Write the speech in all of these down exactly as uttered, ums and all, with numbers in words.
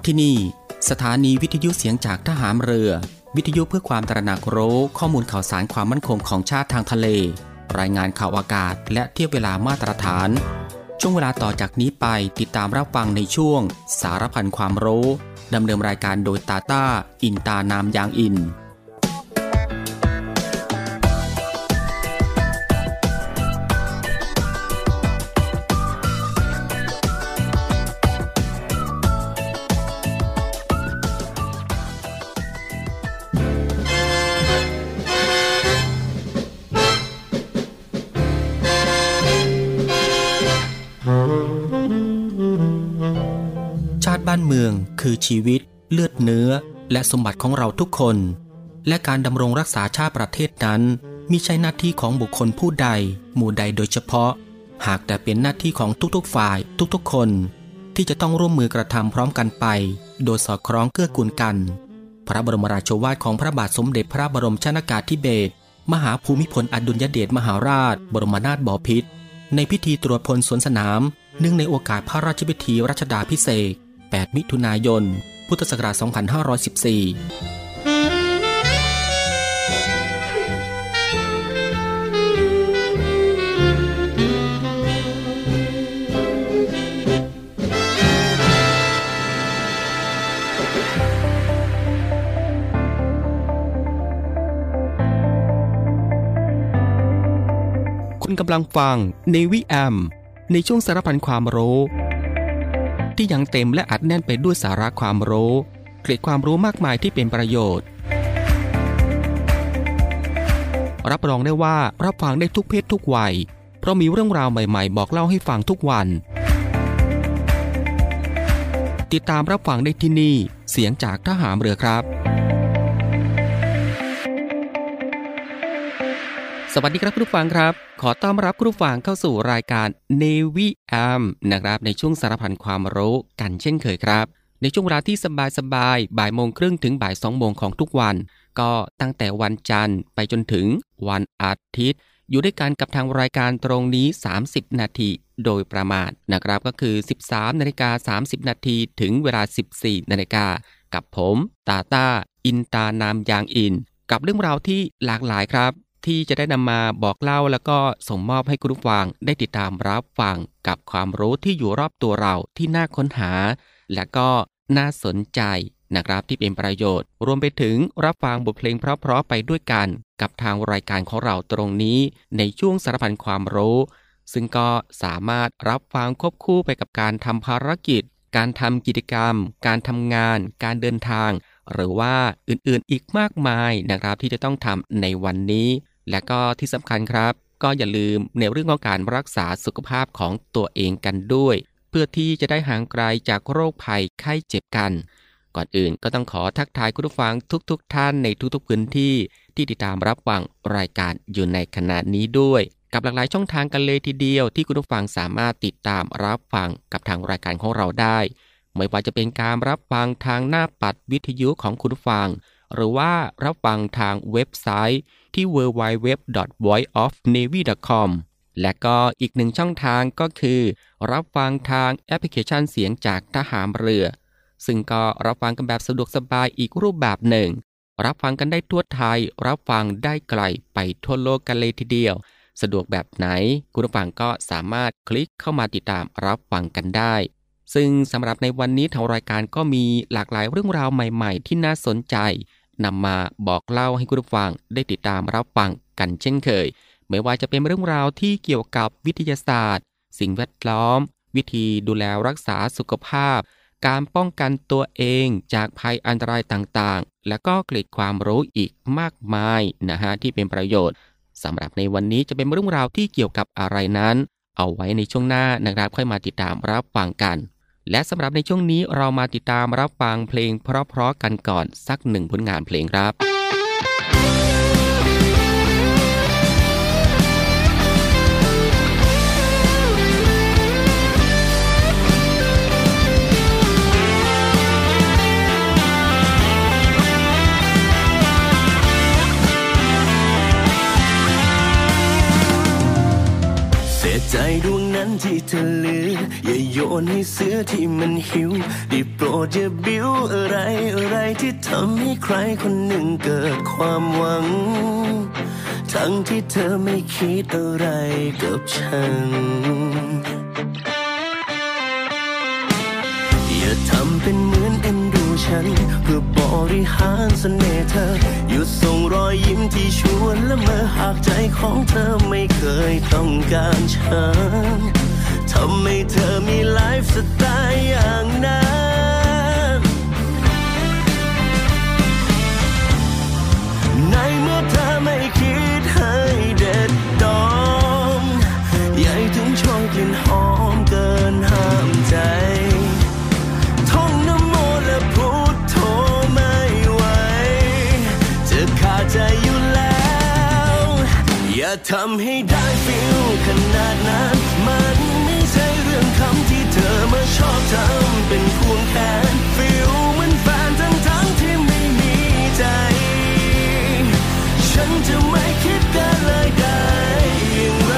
ที่นี่สถานีวิทยุเสียงจากทหารเรือวิทยุเพื่อความตระหนักรู้ข้อมูลข่าวสารความมั่นคงของชาติทางทะเลรายงานข่าวอากาศและเทียบเวลามาตรฐานช่วงเวลาต่อจากนี้ไปติดตามรับฟังในช่วงสารพันความรู้ดำเนินรายการโดยตาต้าอินตานามยางอินชาติบ้านเมืองคือชีวิตเลือดเนื้อและสมบัติของเราทุกคนและการดำรงรักษาชาติประเทศนั้นมิใช่หน้าที่ของบุคคลผู้ใดหมู่ใดโดยเฉพาะหากแต่เป็นหน้าที่ของทุกๆฝ่ายทุกๆคนที่จะต้องร่วมมือกระทำพร้อมกันไปโดยสอดคล้องเกื้อกูลกันพระบรมราโชวาทของพระบาทสมเด็จพระบรมชนกาธิเบศรมหาภูมิพลอดุลยเดชมหาราชบรมนาถบพิตรในพิธีตรวจพลสวนสนามเนื่องในโอกาสพระราชพิธีรัชดาภิเษกแปดมิถุนายนพุทธศักราชสองพันห้าร้อยสิบสี่คุณกำลังฟัง Navy เอ เอ็ม ในช่วงสารพันความรู้ที่ยังเต็มและอัดแน่นไปด้วยสาระความรู้เกร็ดความรู้มากมายที่เป็นประโยชน์รับรองได้ว่ารับฟังได้ทุกเพศทุกวัยเพราะมีเรื่องราวใหม่ๆบอกเล่าให้ฟังทุกวันติดตามรับฟังได้ที่นี่เสียงจากทหารเรือครับสวัสดีครับคุณผู้ฟังครับขอต้อนรับคุณผู้ฟังเข้าสู่รายการ Navy เอ เอ็ม นะครับในช่วงสารพันความรู้กันเช่นเคยครับในช่วงเวลาที่สบายๆบ่ายโมงครึ่งถึงบ่ายสองโมงของทุกวันก็ตั้งแต่วันจันทร์ไปจนถึงวันอาทิตย์อยู่ด้วยกันกับทางรายการตรงนี้สามสิบนาทีโดยประมาณนะครับก็คือ สิบสามนาฬิกาสามสิบนาทีถึงเวลา สิบสี่นาฬิกากับผมตาต้าอินตานามยางอินกับเรื่องราวที่หลากหลายครับที่จะได้นำมาบอกเล่าแล้วก็ส่งมอบให้คุณผู้ฟังได้ติดตามรับฟังกับความรู้ที่อยู่รอบตัวเราที่น่าค้นหาและก็น่าสนใจนะครับที่เป็นประโยชน์รวมไปถึงรับฟังบทเพลงเพราะๆไปด้วยกันกับทางรายการของเราตรงนี้ในช่วงสารพันความรู้ซึ่งก็สามารถรับฟังควบคู่ไปกับการทำภารกิจการทำกิจกรรมการทำงานการเดินทางหรือว่าอื่นๆอีกมากมายนะครับที่จะต้องทำในวันนี้และก็ที่สำคัญครับก็อย่าลืมในเรื่องของการรักษาสุขภาพของตัวเองกันด้วยเพื่อที่จะได้ห่างไกลจากโรคภัยไข้เจ็บกันก่อนอื่นก็ต้องขอทักทายคุณผู้ฟังทุกๆ ท่านในทุกๆพื้นที่ที่ติดตามรับฟังรายการอยู่ในขณะนี้ด้วยกับหลากหลายช่องทางกันเลยทีเดียวที่คุณผู้ฟังสามารถติดตามรับฟังกับทางรายการของเราได้ไม่ว่าจะเป็นการรับฟังทางหน้าปัดวิทยุของคุณผู้ฟังหรือว่ารับฟังทางเว็บไซต์ที่ ดับเบิลยู ดับเบิลยู ดับเบิลยู ดอท วอยซ์ ออฟ เนวี่ ดอท คอม และก็อีกหนึ่งช่องทางก็คือรับฟังทางแอปพลิเคชันเสียงจากทหารเรือซึ่งก็รับฟังกันแบบสะดวกสบายอีกรูปแบบหนึ่งรับฟังกันได้ทั่วไทยรับฟังได้ไกลไปทั่วโลกกันเลยทีเดียวสะดวกแบบไหนคุณผู้ฟังก็สามารถคลิกเข้ามาติดตามรับฟังกันได้ซึ่งสำหรับในวันนี้ทางรายการก็มีหลากหลายเรื่องราวใหม่ๆที่น่าสนใจนำมาบอกเล่าให้คุณผู้ฟังได้ติดตามรับฟังกันเช่นเคยไม่ว่าจะเป็นเรื่องราวที่เกี่ยวกับวิทยาศาสตร์สิ่งแวดล้อมวิธีดูแลรักษาสุขภาพการป้องกันตัวเองจากภัยอันตรายต่างๆและก็เกร็ดความรู้อีกมากมายนะฮะที่เป็นประโยชน์สำหรับในวันนี้จะเป็นเรื่องราวที่เกี่ยวกับอะไรนั้นเอาไว้ในช่วงหน้านะครับค่อยมาติดตามรับฟังกันและสำหรับในช่วงนี้เรามาติดตามรับฟังเพลงเพราะๆกันก่อนสักหนึ่งผลงานเพลงครับใจดวงไหนนั้นที่เธอลืออย่าโยนให้เสือที่มันหิวได้โปรดอย่าบิ้วอะไรอะไรที่ทำให้ใครคนหนึ่งเกิดความหวังทั้งที่เธอไม่คิดอะไรกับฉันอย่าทำเป็นเหมือนเอ็นดูฉันเพื่อบริหารเสน่ห์เธอหยุดส่งรอยยิ้มที่ชวนและเมื่อหากใจของเธอไม่เคยต้องการฉันทำให้เธอมีไลฟ์สไตล์อย่างนั้นในเมื่อเธอไม่คิดให้เด็ดดองใหญ่ถึงโชยกลิ่นหอมเกินห้ามใจท่องนะโมและพุทโธไม่ไหวจะขาดใจอยู่แล้วอย่าทำให้ได้ฟิลขนาดนั้นมันไม่ใช่เรื่องคำที่เธอมาชอบทำเป็นควงแขนฟิลเหมือนแฟนทั้งทั้งที่ไม่มีใจฉันจะไม่คิดกันเลยได้อย่างไร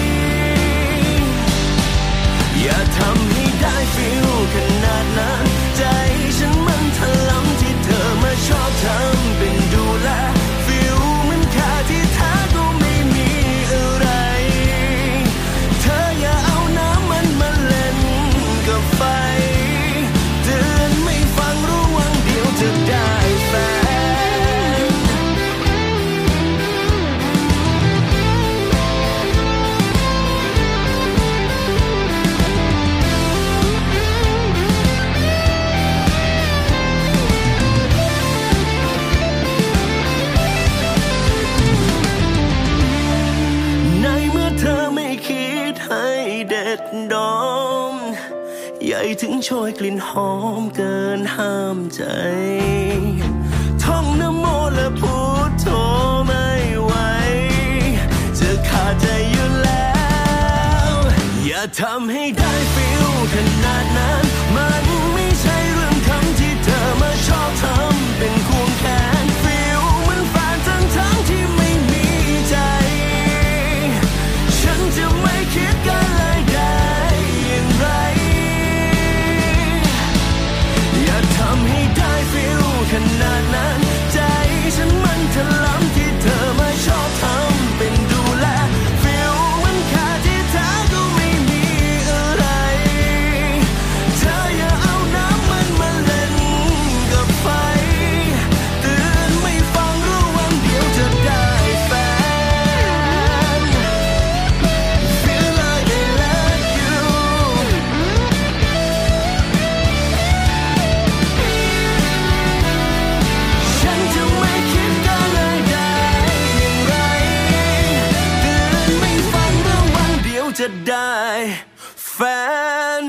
อย่าทำให้ได้ฟิลขนาดนั้นใจฉันมันถลำที่เธอมาชอบทำเป็นดูแลฟิลเหมือนค่าที่แท้ก็ไม่มีอะไรเธออย่าเอาน้ำมันมาเล่นกับไฟเตือนไม่ฟังระวังเดี๋ยวจะได้แฟนในเมื่อเธอไม่คิดให้เด็ดดอมใหญ่ถึงโชยกลิ่นหอมเกินห้ามใจท่องนะโมและพุทโธไม่ไหวจะขาดใจอยู่แล้วอย่าทำให้ได้ฟิลขนาดนั้นมันไม่ใช่เรื่องคำที่เธอมาชอบทำเป็นควงแขนฟิลเหมือนแฟนทั้งทั้งที่ไม่มีใจฉันจะไม่คิดกันเลยได้อย่างไรอย่าทำให้ได้ฟิลขนาดนั้นใจฉันมันถลำที่เธอมาชอบทำเป็นดูแลฟิลมันค่าที่แท้ก็ไม่มีอะไรเธออย่าเอาน้ำมันมาเล่นกับไฟเตือนไม่ฟังระวังเดี๋ยวจะได้แฟน Feel like I love you ฉันจะไม่คิดกันเลยได้อย่างไรเตือนไม่ฟังระวังเดี๋ยวจะได้แฟน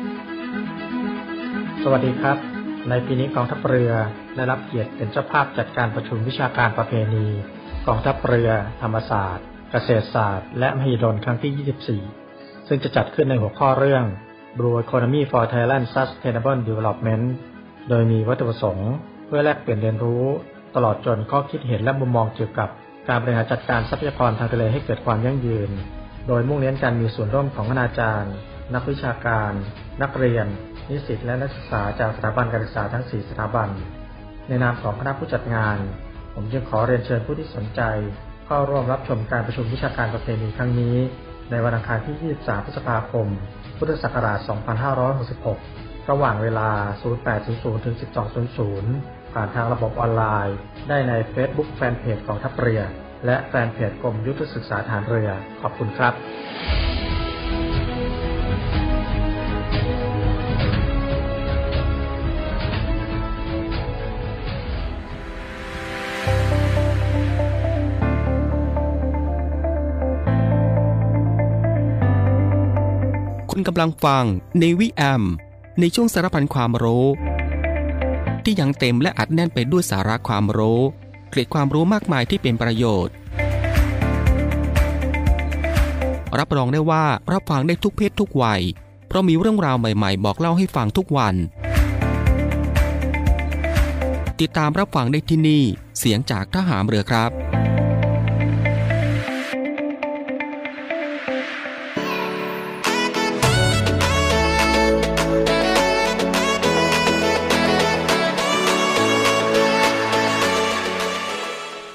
สวัสดีครับในปีนี้กองทัพเรือได้รับเกียรติเป็นเจ้าภาพจัดการประชุมวิชาการประเพณีกองทัพเรือธรรมศาสตร์เกษตรศาสตร์และมหิดลครั้งที่ยี่สิบสี่ซึ่งจะจัดขึ้นในหัวข้อเรื่อง Blue Economy for Thailand Sustainable Development โดยมีวัตถุประสงค์เพื่อแลกเปลี่ยนเรียนรู้ตลอดจนข้อคิดเห็นและมุมมองเกี่ยวกับการบริหารจัดการทรัพยากรทางทะเลให้เกิดความยั่งยืนโดยมุ่งเน้นการมีส่วนร่วมของคณาจารย์นักวิชาการนักเรียนนิสิตและนักศึกษาจากสถาบันการศึกษาทั้งสี่สถาบันในนามของคณะผู้จัดงานผมจึงขอเรียนเชิญผู้ที่สนใจเข้าร่วมรับชมการประชุมวิชาการประเพณีครั้งนี้ในวันอังคารที่ยี่สิบสามพฤษภาคมพุทธศักราชสองพันห้าร้อยหกสิบหกระหว่างเวลา ศูนย์แปด ศูนย์ ศูนย์ ถึง สิบสอง ศูนย์ ศูนย์ ผ่านทางระบบออนไลน์ได้ใน Facebook แฟนเพจกองทัพเรือและแฟนเพจกรมยุทธศึกษาทหารเรือขอบคุณครับคุณกำลังฟัง Navy แอม ในช่วงสารพันความรู้ที่ยังเต็มและอัดแน่นไปด้วยสาระความรู้เกร็ดความรู้มากมายที่เป็นประโยชน์รับรองได้ว่ารับฟังได้ทุกเพศทุกวัยเพราะมีเรื่องราวใหม่ๆบอกเล่าให้ฟังทุกวันติดตามรับฟังได้ที่นี่เสียงจากทหารเรือครับ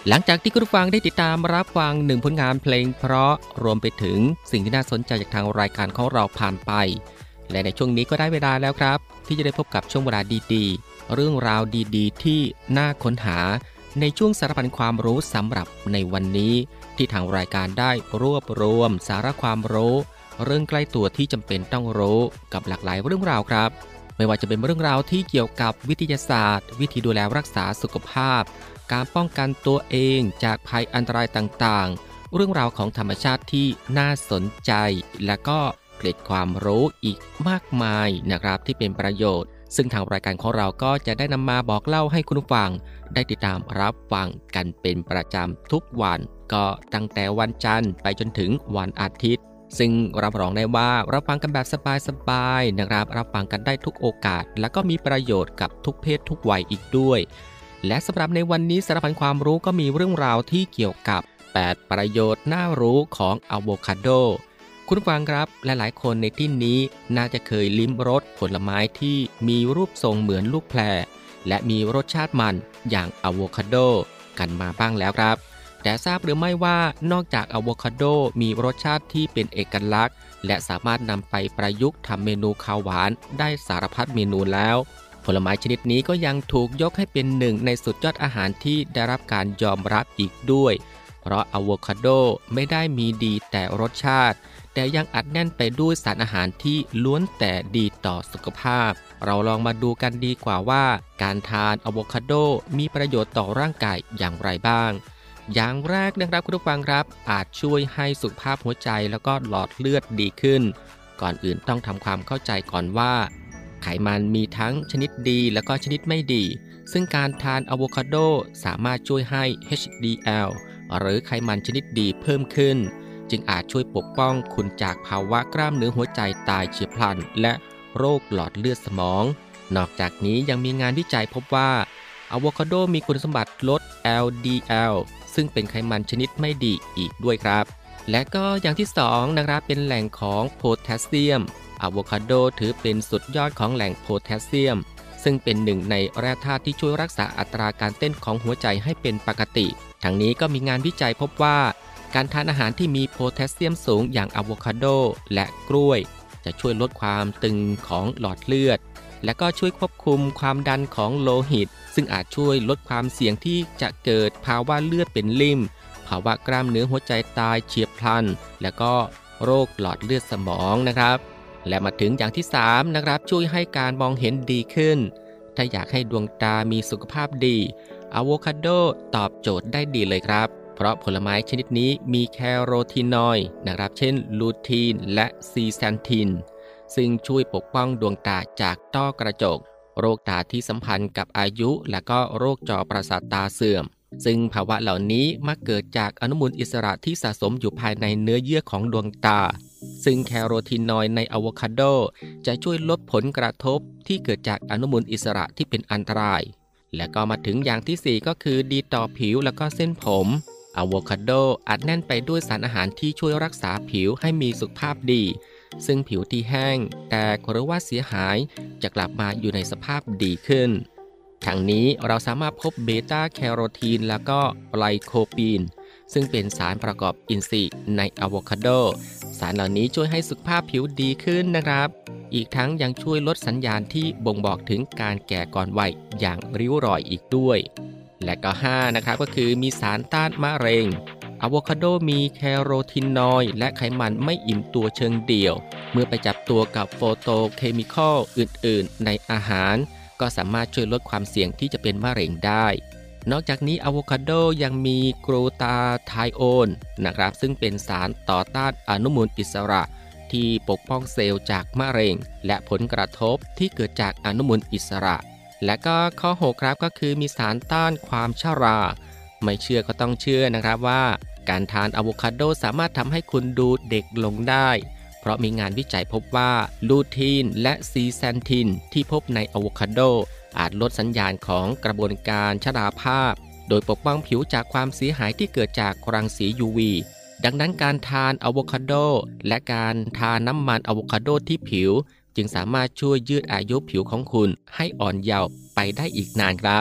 หลังจากที่คุณผู้ฟังได้ติดตามรับฟังหนึ่งผลงานเพลงเพราะรวมไปถึงสิ่งที่น่าสนใจจากทางรายการของเราผ่านไปและในช่วงนี้ก็ได้เวลาแล้วครับที่จะได้พบกับช่วงเวลาดีๆเรื่องราวดีๆที่น่าค้นหาในช่วงสารพันความรู้สำหรับในวันนี้ที่ทางรายการได้รวบรวมสาระความรู้เรื่องใกล้ตัวที่จำเป็นต้องรู้กับหลากหลายเรื่องราวครับไม่ว่าจะเป็นเรื่องราวที่เกี่ยวกับวิทยาศาสตร์วิธีดูแลรักษาสุขภาพการป้องกันตัวเองจากภัยอันตรายต่างๆเรื่องราวของธรรมชาติที่น่าสนใจและก็เกร็ดความรู้อีกมากมายนะครับที่เป็นประโยชน์ซึ่งทางรายการของเราก็จะได้นำมาบอกเล่าให้คุณผู้ฟังได้ติดตามรับฟังกันเป็นประจำทุกวันก็ตั้งแต่วันจันทร์ไปจนถึงวันอาทิตย์ซึ่งรับรองได้ว่ารับฟังกันแบบสบายๆนะครับรับฟังกันได้ทุกโอกาสและก็มีประโยชน์กับทุกเพศทุกวัยอีกด้วยและสำหรับในวันนี้สารพันความรู้ก็มีเรื่องราวที่เกี่ยวกับแปดประโยชน์น่ารู้ของอะโวคาโดคุณผู้ฟังครับหลายๆคนในที่นี้น่าจะเคยลิ้มรสผลไม้ที่มีรูปทรงเหมือนลูกแพรและมีรสชาติมันอย่างอะโวคาโดกันมาบ้างแล้วครับแต่ทราบหรือไม่ว่านอกจากอะโวคาโดมีรสชาติที่เป็นเอกลักษณ์และสามารถนำไปประยุกต์ทำเมนูข้าวหวานได้สารพัดเมนูแล้วผลไม้ชนิดนี้ก็ยังถูกยกให้เป็นหนึ่งในสุดยอดอาหารที่ได้รับการยอมรับอีกด้วยเพราะอะโวคาโดไม่ได้มีดีแต่รสชาติแต่ยังอัดแน่นไปด้วยสารอาหารที่ล้วนแต่ดีต่อสุขภาพเราลองมาดูกันดีกว่าว่าการทานอะโวคาโดมีประโยชน์ต่อร่างกายอย่างไรบ้างอย่างแรกนะครับคุณผู้ฟังครับอาจช่วยให้สุขภาพหัวใจแล้วก็หลอดเลือดดีขึ้นก่อนอื่นต้องทำความเข้าใจก่อนว่าไขมันมีทั้งชนิดดีและก็ชนิดไม่ดีซึ่งการทานอะโวคาโดสามารถช่วยให้ เอช ดี แอล หรือไขมันชนิดดีเพิ่มขึ้นจึงอาจช่วยปกป้องคุณจากภาวะกล้ามเนื้อหัวใจตายเฉียบพลันและโรคหลอดเลือดสมองนอกจากนี้ยังมีงานวิจัยพบว่าอะโวคาโดมีคุณสมบัติลด แอล ดี แอล ซึ่งเป็นไขมันชนิดไม่ดีอีกด้วยครับและก็อย่างที่สองนะครับเป็นแหล่งของโพแทสเซียมอะโวคาโดถือเป็นสุดยอดของแหล่งโพแทสเซียมซึ่งเป็นหนึ่งในแร่ธาตุที่ช่วยรักษาอัตราการเต้นของหัวใจให้เป็นปกติทั้งนี้ก็มีงานวิจัยพบว่าการทานอาหารที่มีโพแทสเซียมสูงอย่างอะโวคาโดและกล้วยจะช่วยลดความตึงของหลอดเลือดและก็ช่วยควบคุมความดันของโลหิตซึ่งอาจช่วยลดความเสี่ยงที่จะเกิดภาวะเลือดเป็นลิ่มภาวะกล้ามเนื้อหัวใจตายเฉียบพลันและก็โรคหลอดเลือดสมองนะครับและมาถึงอย่างที่สามนะครับช่วยให้การมองเห็นดีขึ้นถ้าอยากให้ดวงตามีสุขภาพดีอะโวคาโดตอบโจทย์ได้ดีเลยครับเพราะผลไม้ชนิดนี้มีแคโรทีนอยด์นะครับเช่นลูทีนและซีแซนทินซึ่งช่วยปกป้องดวงตาจากต้อกระจกโรคตาที่สัมพันธ์กับอายุและก็โรคจอประสาทตาเสื่อมซึ่งภาวะเหล่านี้มักเกิดจากอนุมูลอิสระที่สะสมอยู่ภายในเนื้อเยื่อของดวงตาซึ่งแคโรทีนอยด์ในอะโวคาโดจะช่วยลดผลกระทบที่เกิดจากอนุมูลอิสระที่เป็นอันตรายและก็มาถึงอย่างที่สี่ก็คือดีต่อผิวและก็เส้นผมอะโวคาโดอัดแน่นไปด้วยสารอาหารที่ช่วยรักษาผิวให้มีสุขภาพดีซึ่งผิวที่แห้งแตกหรือว่าเสียหายจะกลับมาอยู่ในสภาพดีขึ้นทั้งนี้เราสามารถพบเบต้าแคโรทีนแล้วก็ไลโคปีนซึ่งเป็นสารประกอบอินทรีย์ในอะโวคาโดสารเหล่านี้ช่วยให้สุขภาพผิวดีขึ้นนะครับอีกทั้งยังช่วยลดสัญญาณที่บ่งบอกถึงการแก่ก่อนวัยอย่างริ้วรอยอีกด้วยและก็ห้านะครับก็คือมีสารต้านมะเร็งอะโวคาโดมีแคโรทีนอยด์และไขมันไม่อิ่มตัวเชิงเดี่ยวเมื่อไปจับตัวกับโฟโตเคมีคอลอื่นๆในอาหารก็สามารถช่วยลดความเสี่ยงที่จะเป็นมะเร็งได้นอกจากนี้อะโวคาโดยังมีกลูตาไทโอนนะครับซึ่งเป็นสารต่อต้านอนุมูลอิสระที่ปกป้องเซลล์จากมะเร็งและผลกระทบที่เกิดจากอนุมูลอิสระและก็ข้อหกครับก็คือมีสารต้านความชราไม่เชื่อก็ต้องเชื่อนะครับว่าการทานอะโวคาโดสามารถทำให้คุณดูเด็กลงได้เพราะมีงานวิจัยพบว่าลูทีนและซีแซนทินที่พบในอะโวคาโดอาจลดสัญญาณของกระบวนการชราภาพโดยปกป้องผิวจากความเสียหายที่เกิดจากรังสี ยู วี ดังนั้นการทานอะโวคาโดและการทาน้ำมันอะโวคาโดที่ผิวจึงสามารถช่วยยืดอายุผิวของคุณให้อ่อนเยาว์ไปได้อีกนานครับ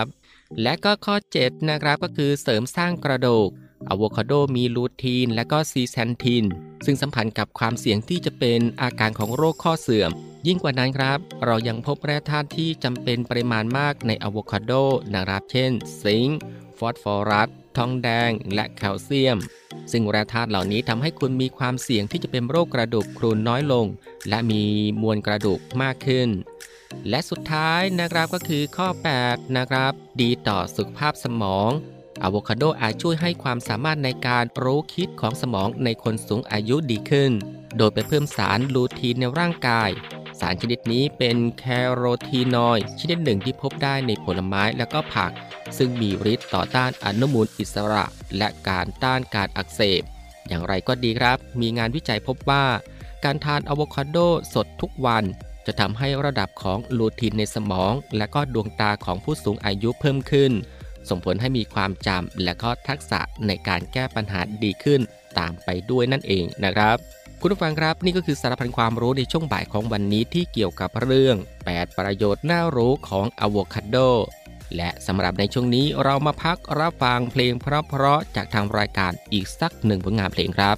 และก็ข้อเจ็ดนะครับก็คือเสริมสร้างกระดูกอะโวคาโดมีลูทีนและก็ซีแซนทินซึ่งสัมพันธ์กับความเสี่ยงที่จะเป็นอาการของโรคข้อเสื่อมยิ่งกว่านั้นครับเรายังพบแร่ธาตุที่จำเป็นปริมาณมากในอะโวคาโดนะครับเช่นซิงค์ฟอสฟอรัสทองแดงและแคลเซียมซึ่งแร่ธาตุเหล่านี้ทำให้คุณมีความเสี่ยงที่จะเป็นโรคกระดูกพรุนน้อยลงและมีมวลกระดูกมากขึ้นและสุดท้ายนะครับก็คือข้อแปดนะครับดีต่อสุขภาพสมองอะโวคาโดอาจช่วยให้ความสามารถในการรู้คิดของสมองในคนสูงอายุดีขึ้นโดยไปเพิ่มสารลูทีนในร่างกายสารชนิดนี้เป็นแคโรทีนอยด์ชนิดหนึ่งที่พบได้ในผลไม้และก็ผักซึ่งมีฤทธิ์ต่อต้านอนุมูลอิสระและการต้านการอักเสบอย่างไรก็ดีครับมีงานวิจัยพบว่าการทานอะโวคาโดสดทุกวันจะทำให้ระดับของลูทีนในสมองและก็ดวงตาของผู้สูงอายุเพิ่มขึ้นส่งผลให้มีความจำและก็ทักษะในการแก้ปัญหาดีขึ้นตามไปด้วยนั่นเองนะครับคุณผู้ฟังครับนี่ก็คือสารพันความรู้ในช่วงบ่ายของวันนี้ที่เกี่ยวกับเรื่องแปดประโยชน์น่ารู้ของอะโวคาโดและสำหรับในช่วงนี้เรามาพักรับฟังเพลงเพราะๆจากทางรายการอีกสักหนึ่งผลงานเพลงครับ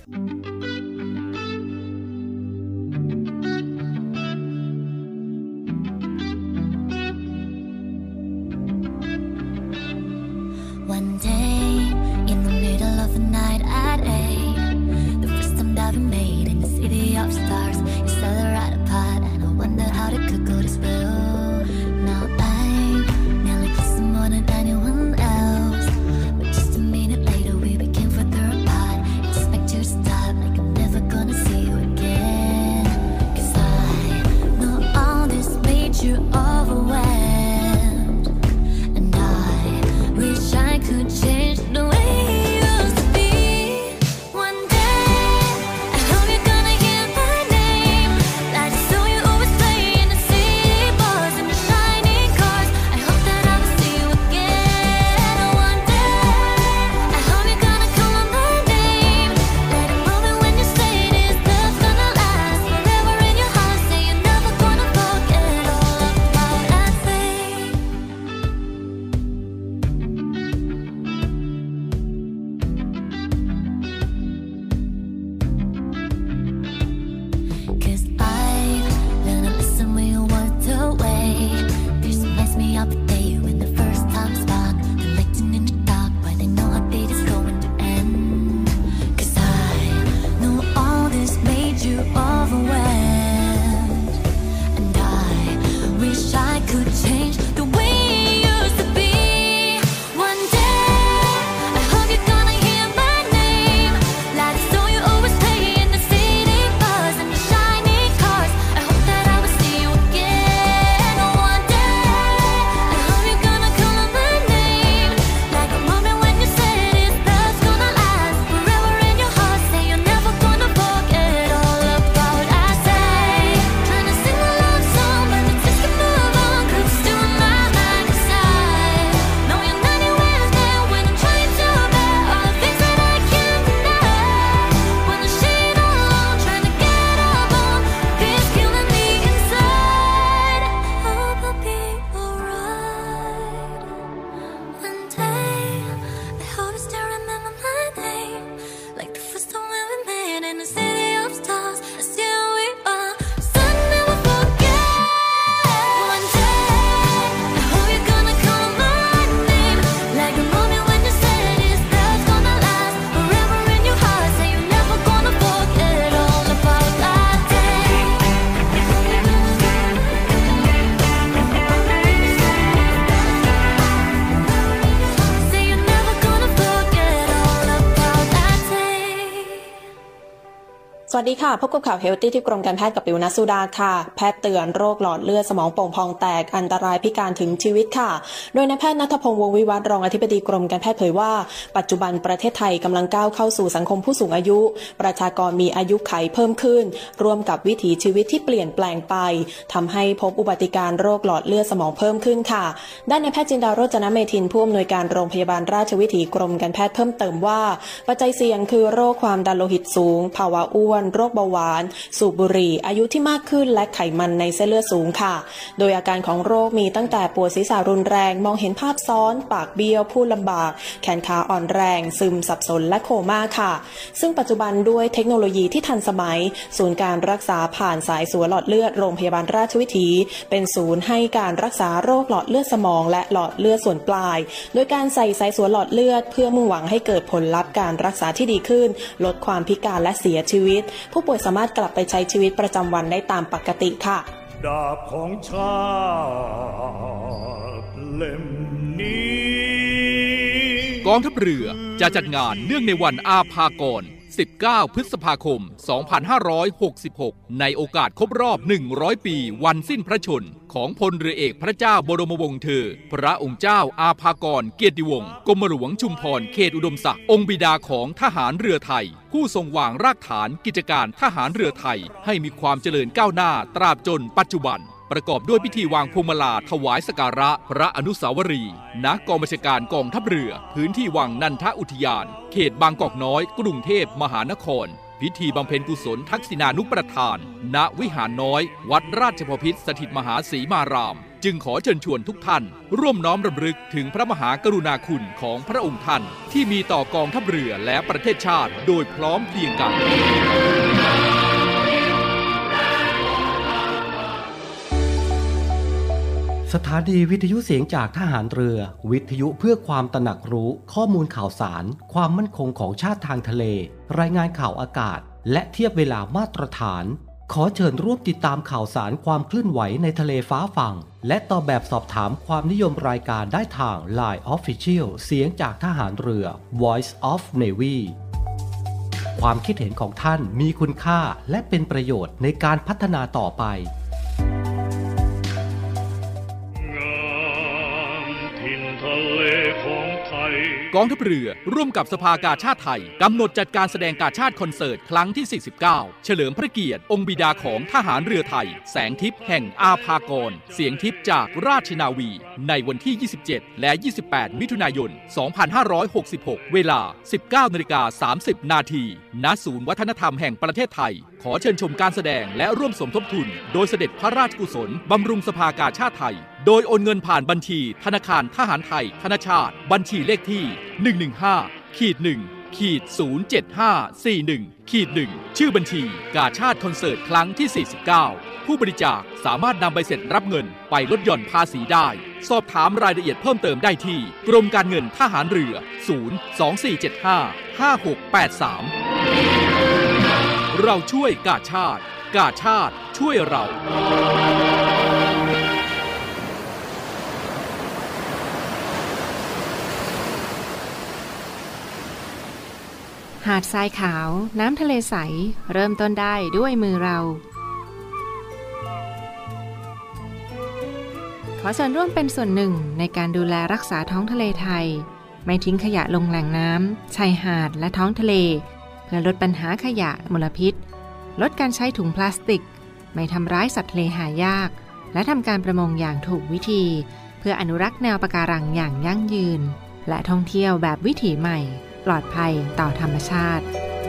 One day, in the middle of the night at eight, the first time that we made in the city of stars, you sell her out a pot, and I wonder how the could go to spill. Now I nearly kissed him more than anyone else, but just a minute later we became further apart. Expect you to stop, like I'm never gonna see you again. 'Cause I know all this made you overwhelmed, and I wish I could change the way you used to be. One day, I hope you're gonna hear my name, like the song you always play in the city bars and the shiny cars. I hope that I will see you again. One day, I hope you're gonna call on my name, let it moment when you say this love's gonna last forever in your heart. Say you're never gonna forget all about I say. Cause I learned a lesson when you walked away. This reminds me of the day when the first time spark, the lighting in the dark, but I know our date is going to end. Cause I know all this made you overwhelmed, and I wish I could change the way you used to be. One day, I hope you're gonna hear my name, like the song you always play in the city bars and the shiny cars. I hope that I will see you again. One day, I hope you're gonna call on my name, like a moment when you say this love's gonna last forever in your heart. Say you're never gonna forget all about I say. Trying to sing a love song, but the tears can move on, 'cause it's still in my mind. 'Cause I know you're not anywhere there when I'm trying to bear all the things that I can't deny. When the shade alone, trying to get up on, fears killing me inside. Hope I'll be alright. One day, I hope you still remember my name, like the first time when we met in the city of stars. And still we are, so I never forget. One day, I hope you're gonna call my name, like the moment when you said this love's gonna last forever in your heart. Say you're never gonna forget all about that day. Say you're never gonna forget all about that day. สวัสดีค่ะพบกับข่าวเฮลตี้ที่กรมการแพทย์กับปิวนัสสุดาค่ะแพทย์เตือนโรคหลอดเลือดสมองโป่งพองแตกอันตรายพิการถึงชีวิตค่ะโดยนายแพทย์ณัฐพงษ์วงศ์วิวัฒน์รองอธิบดีกรมการแพทย์เผยว่าปัจจุบันประเทศไทยกำลังก้าวเข้าสู่สังคมผู้สูงอายุประชากรมีอายุขัยเพิ่มขึ้นร่วมกับวิถีชีวิตที่เปลี่ยนแปลงไปทำให้พบอุบัติการโรคหลอดเลือดสมองเพิ่มขึ้นค่ะด้านนายแพทย์จินดาโรจนเมธินผู้อำนวยการโรงพยาบาลราชวิถีกรมการแพทย์เพิ่มเติมว่าปัจจัยเสี่ยงคือโรคความดันโลหิตสูงภาวะอ้วนนโรคเบาหวานสูบบุหรี่อายุที่มากขึ้นและไขมันในเส้นเลือดสูงค่ะโดยอาการของโรคมีตั้งแต่ปวดศีรษะรุนแรงมองเห็นภาพซ้อนปากเบี้ยวพูดลำบากแขนขาอ่อนแรงซึมสับสนและโคม่าค่ะซึ่งปัจจุบันด้วยเทคโนโลยีที่ทันสมัยศูนย์การรักษาผ่านสายสัวหลอดเลือดโรงพยาบาลราชวิถีเป็นศูนย์ให้การรักษาโรคหลอดเลือดสมองและหลอดเลือดส่วนปลายโดยการใส่สายสัวหลอดเลือดเพื่อมุ่งหวังให้เกิดผลลัพธ์การรักษาที่ดีขึ้นลดความพิการและเสียชีวิตผู้ป่วยสามารถกลับไปใช้ชีวิตประจำวันได้ตามปกติค่ะดาบของชาติเล่มนี้กองทัพเรือจะจัดงานเนื่องในวันอาภากรสิบเก้าพฤษภาคมสองพันห้าร้อยหกสิบหกในโอกาสครบรอบหนึ่งร้อยปีวันสิ้นพระชนม์ของพลเรือเอกพระเจ้าบรมวงศ์เธอพระองค์เจ้าอาภากรเกียรติวงศ์กรมหลวงชุมพรเขตอุดมศักดิ์องค์บิดาของทหารเรือไทยผู้ทรงวางรากฐานกิจการทหารเรือไทยให้มีความเจริญก้าวหน้าตราบจนปัจจุบันประกอบด้วยพิธีวางพวงมาลาถวายสักการะพระอนุสาวรีย์ณกองบัญชาการกองทัพเรือพื้นที่วังนันทอุทยานเขตบางกอกน้อยกรุงเทพมหานครพิธีบำเพ็ญกุศลทักษิณานุประทานณวิหารน้อยวัดราชบพิตรสถิตมหาศรีมารามจึงขอเชิญชวนทุกท่านร่วมน้อมรำลึกถึงพระมหากรุณาคุณของพระองค์ท่านที่มีต่อกองทัพเรือและประเทศชาติโดยพร้อมเพรียงกันสถานีวิทยุเสียงจากทหารเรือวิทยุเพื่อความตระหนักรู้ข้อมูลข่าวสารความมั่นคงของชาติทางทะเลรายงานข่าวอากาศและเทียบเวลามาตรฐานขอเชิญร่วมติดตามข่าวสารความเคลื่อนไหวในทะเลฟ้าฝั่งและตอบแบบสอบถามความนิยมรายการได้ทาง ไลน์ Official เสียงจากทหารเรือ Voice of Navy ความคิดเห็นของท่านมีคุณค่าและเป็นประโยชน์ในการพัฒนาต่อไปกองทัพเรือร่วมกับสภากาชาดไทยกำหนดจัดการแสดงกาชาดคอนเสิร์ตครั้งที่สี่สิบเก้าเฉลิมพระเกียรติองค์บิดาของทหารเรือไทยแสงทิพย์แห่งอาภากรเสียงทิพย์จากราชนาวีในวันที่ยี่สิบเจ็ดและยี่สิบแปดมิถุนายนสองพันห้าร้อยหกสิบหกเวลา สิบเก้านาฬิกาสามสิบนาทีณศูนย์วัฒนธรรมแห่งประเทศไทยขอเชิญชมการแสดงและร่วมสมทบทุนโดยเสด็จพระราชกุศลบำรุงสภากาชาดไทยโดยโอนเงินผ่านบัญชีธนาคารทหารไทยธนชาติบัญชีเลขที่ หนึ่ง หนึ่ง ห้า หนึ่ง ศูนย์ เจ็ด ห้า สี่ หนึ่ง หนึ่ง ชื่อบัญชีกาชาดคอนเสิร์ตครั้งที่สี่สิบเก้าผู้บริจาคสามารถนำใบเสร็จรับเงินไปลดหย่อนภาษีได้สอบถามรายละเอียดเพิ่มเติมได้ที่กรมการเงินทหารเรือศูนย์ สอง สี่ เจ็ด ห้า ห้า หก แปด สามเราช่วยกาชาดกาชาดช่วยเราหาดทรายขาวน้ำทะเลใสเริ่มต้นได้ด้วยมือเราขอเชิญร่วมเป็นส่วนหนึ่งในการดูแลรักษาท้องทะเลไทยไม่ทิ้งขยะลงแหล่งน้ำชายหาดและท้องทะเลเพื่อลดปัญหาขยะมลพิษลดการใช้ถุงพลาสติกไม่ทำร้ายสัตว์ทะเลหายากและทำการประมงอย่างถูกวิธีเพื่ออนุรักษ์แนวปะการังอย่างยั่งยืนและท่องเที่ยวแบบวิถีใหม่ปลอดภัยต่อธรรมชาติ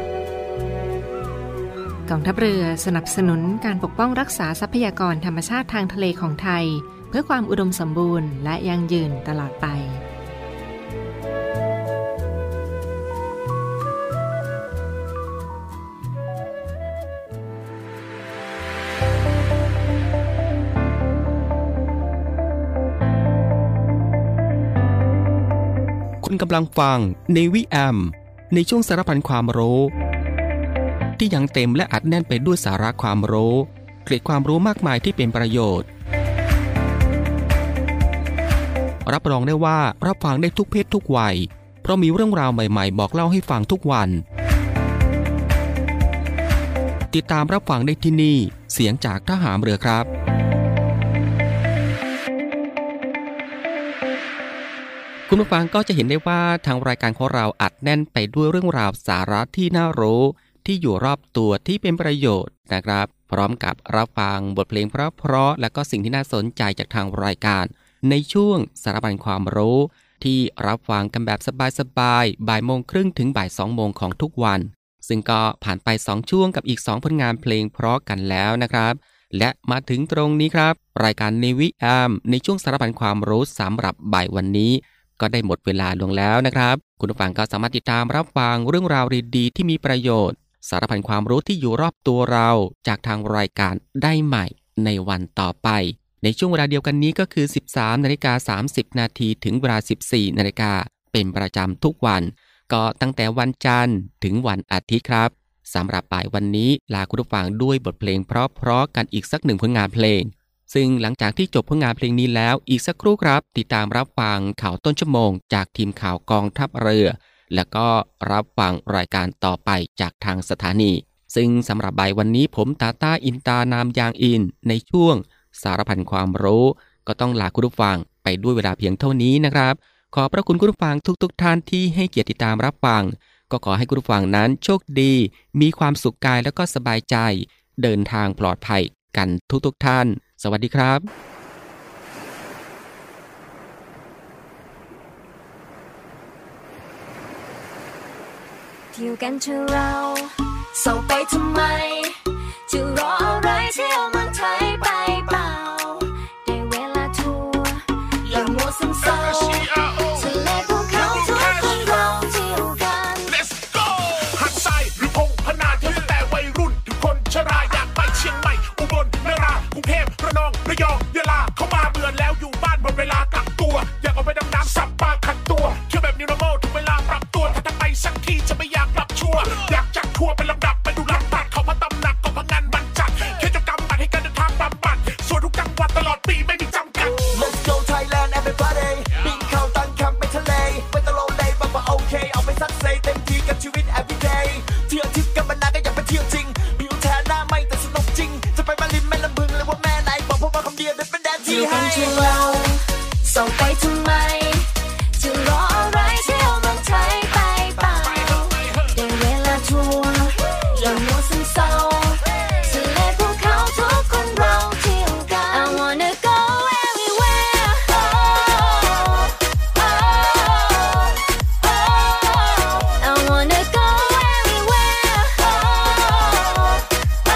กองทัพเรือสนับสนุนการปกป้องรักษาทรัพยากรธรรมชาติทางทะเลของไทยเพื่อความอุดมสมบูรณ์และยั่งยืนตลอดไปคุณกำลังฟัง Navy เอ็ม ในช่วงสารพันความรู้ที่ยังเต็มและอัดแน่นไปด้วยสาระความรู้เกร็ดความรู้มากมายที่เป็นประโยชน์รับรองได้ว่ารับฟังได้ทุกเพศทุกวัยเพราะมีเรื่องราวใหม่ๆบอกเล่าให้ฟังทุกวันติดตามรับฟังได้ที่นี่เสียงจากทหารเรือครับคุณผู้ฟังก็จะเห็นได้ว่าทางรายการของเราอัดแน่นไปด้วยเรื่องราวสาระที่น่ารู้ที่อยู่รอบตัวที่เป็นประโยชน์นะครับพร้อมกับรับฟังบทเพลงเพราะๆและก็สิ่งที่น่าสนใจจากทางรายการในช่วงสารพันความรู้ที่รับฟังกันแบบสบายๆบ่ายโมงครึ่งถึงบ่ายสองโมงของทุกวันซึ่งก็ผ่านไปสองช่วงกับอีกสองผลงานเพลงเพราะกันแล้วนะครับและมาถึงตรงนี้ครับรายการ Navy แอม ในช่วงสารพันความรู้สำหรับบ่ายวันนี้ก็ได้หมดเวลาลงแล้วนะครับคุณผู้ฟังก็สามารถติดตามรับฟังเรื่องราวดีๆที่มีประโยชน์สารพันความรู้ที่อยู่รอบตัวเราจากทางรายการได้ใหม่ในวันต่อไปในช่วงเวลาเดียวกันนี้ก็คือ สิบสามนาฬิกาสามสิบนาทีถึงเวลา สิบสี่นาฬิกาเป็นประจำทุกวันก็ตั้งแต่วันจันทร์ถึงวันอาทิตย์ครับสำหรับบ่ายวันนี้ลาคุณผู้ฟังด้วยบทเพลงเพราะๆกันอีกสักหนึ่งผลงานเพลงซึ่งหลังจากที่จบผลงานเพลงนี้แล้วอีกสักครู่ครับติดตามรับฟังข่าวต้นชั่วโมงจากทีมข่าวกองทัพเรือแล้วก็รับฟังรายการต่อไปจากทางสถานีซึ่งสำหรับบ่ายวันนี้ผมตาต้าอินตานามยางอินในช่วงสารพันความรู้ก็ต้องลาคุณผู้ฟังไปด้วยเวลาเพียงเท่านี้นะครับขอพระคุณคุณผู้ฟังทุกๆท่านที่ให้เกียรติติดตามรับฟังก็ขอให้คุณผู้ฟังนั้นโชคดีมีความสุขกายแล้วก็สบายใจเดินทางปลอดภัยกันทุกๆท่านสวัสดีครับเที่ยวกันเถอะเราเศร้าไปทำไมจะรออะไรเที่ยวเมืองไทยไปเปล่าได้เวลาทัวร์อย่ามัวซึมเศร้าทะเลภูเขาทุกคนเราเที่ยวกัน Let's go หัดทรายหรือพงพนาเที่ยวตั้งแต่วัยรุ่นถึงคนชราอยากไปเชียงใหม่อุบลนรากรุงเทพระนองระยองยะลาเข้ามาเบื่อแล้วอยู่บ้านหมดเวลากักตัวอยากออกไปดำน้ำสับปลาขัดตัวเที่ยวแบบ New Normal ถึงเวลาปรับตัวถ้าทำไมสักทีจะไม่อยากกลับชัวร์อยากจัดทัวร์เป็นลำดับไปดูลำตัดเขามาตำหนักก็พังงานมันจัดแค่จะกำบัดให้การเดินทางบำบัดส่วนทุกจังหวัดตลอดปีไม่มีจำกัด Let's go Thailand everybody บินเข้าตั้งแคมป์ไปทะเลไปตะโลเลยบอกว่าโอเคเอาไปซักเซเต็มที่กับชีวิต everyday เที่ยวทิพย์กันมานานก็อยากไปเที่ยวจริงผิวแทนหน้าไม่แต่สนุกจริงจะไปมาลิมแม่ลำพึงเลยว่าแม่ไหนบอกพวกมาคำเดียวเดินเป็นแดนที่ให้เที่ยวเราเศร้าไปทำไมจะรออะไรเที่ยวเมืองไทยไปเปล่าได้เวลาทัวร์อย่ามัวซึมเศร้าทะเลภูเขาทุกคนเราเที่ยวกัน I wanna go everywhere oh, oh, oh. I wanna go everywhere oh, oh,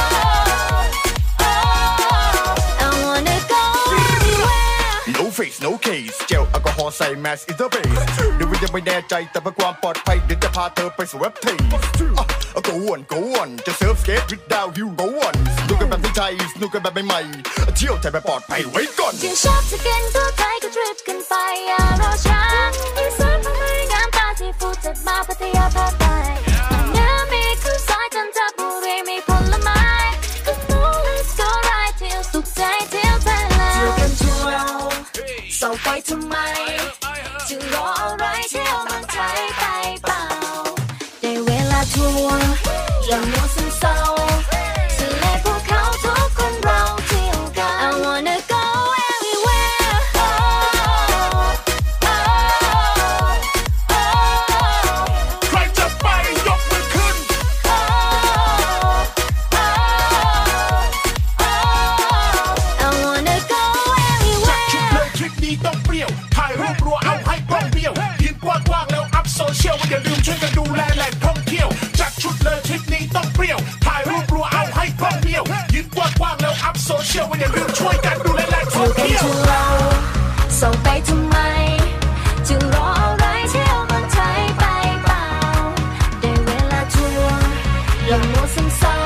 oh. I wanna go everywhere No face no case เจลแอลกอฮอล์ใส่แมสอินเตอร์เบสเดี๋ยวยังไม่แน่ใจแต่เพื่อความปลอดภัยเดี๋ยวจะพาเธอไปสู่เว็บเทสอ่ะ go on go on จะเซิร์ฟสเก็ตวิดดาววิว go on สนุกกันแบบไทยสนุกกันแบบใหม่ๆเที่ยวไทยแบบปลอดภัยไว้ก่อนจึงชอบจะกินทั่วไทยก็ทริปกันไปอย่ารอช้าอีสานพังไม่งามตาที่ฟูจัดมาพัทยาภาคใต้เหนือมีข้าวซอยจันทบุรีมีผลไม้ Come on let's go ride เที่ยวสุขใจเที่ยวไทยแล้วเที่ยวกันทั่วเศร้าไปทำไมจะรออะไรเที่ยวเมืองไทยไปเปล่าได้เวลาทัวร์อย่ามัวซึมเศร้าทะเลภูเขาทุกคนเราเที่ยวกัน I wanna go everywhere oh, oh, oh, oh. ใครจะไปยกมือขึ้น oh, oh, oh. I wanna go จัด everywhere ชุดเลยทริปนี้ต้องเปรี้ยวถ่ายรูปรัวเอาให้กล้องเบี้ยวยืนกว้างๆแล้วอัพโซเชียลอย่าลืมช่วยกันดูแลแหล่งท่องเที่ยวจัดชุดเลยทริปนี้ต้องเปรี้ยวถ่ายรูปรัวเอาให้กล้องเบี้ยวยืนกว้างๆแล้วอัพโซเชียลอย่าลืมช่วยกันดูแลแหล่งท่องเที่ยวเศร้าไปทำไมจะรออะไรเที่ยวเมืองไทยไปเปล่าได้เวลาทัวร์อย่ามัวซึมเศร้า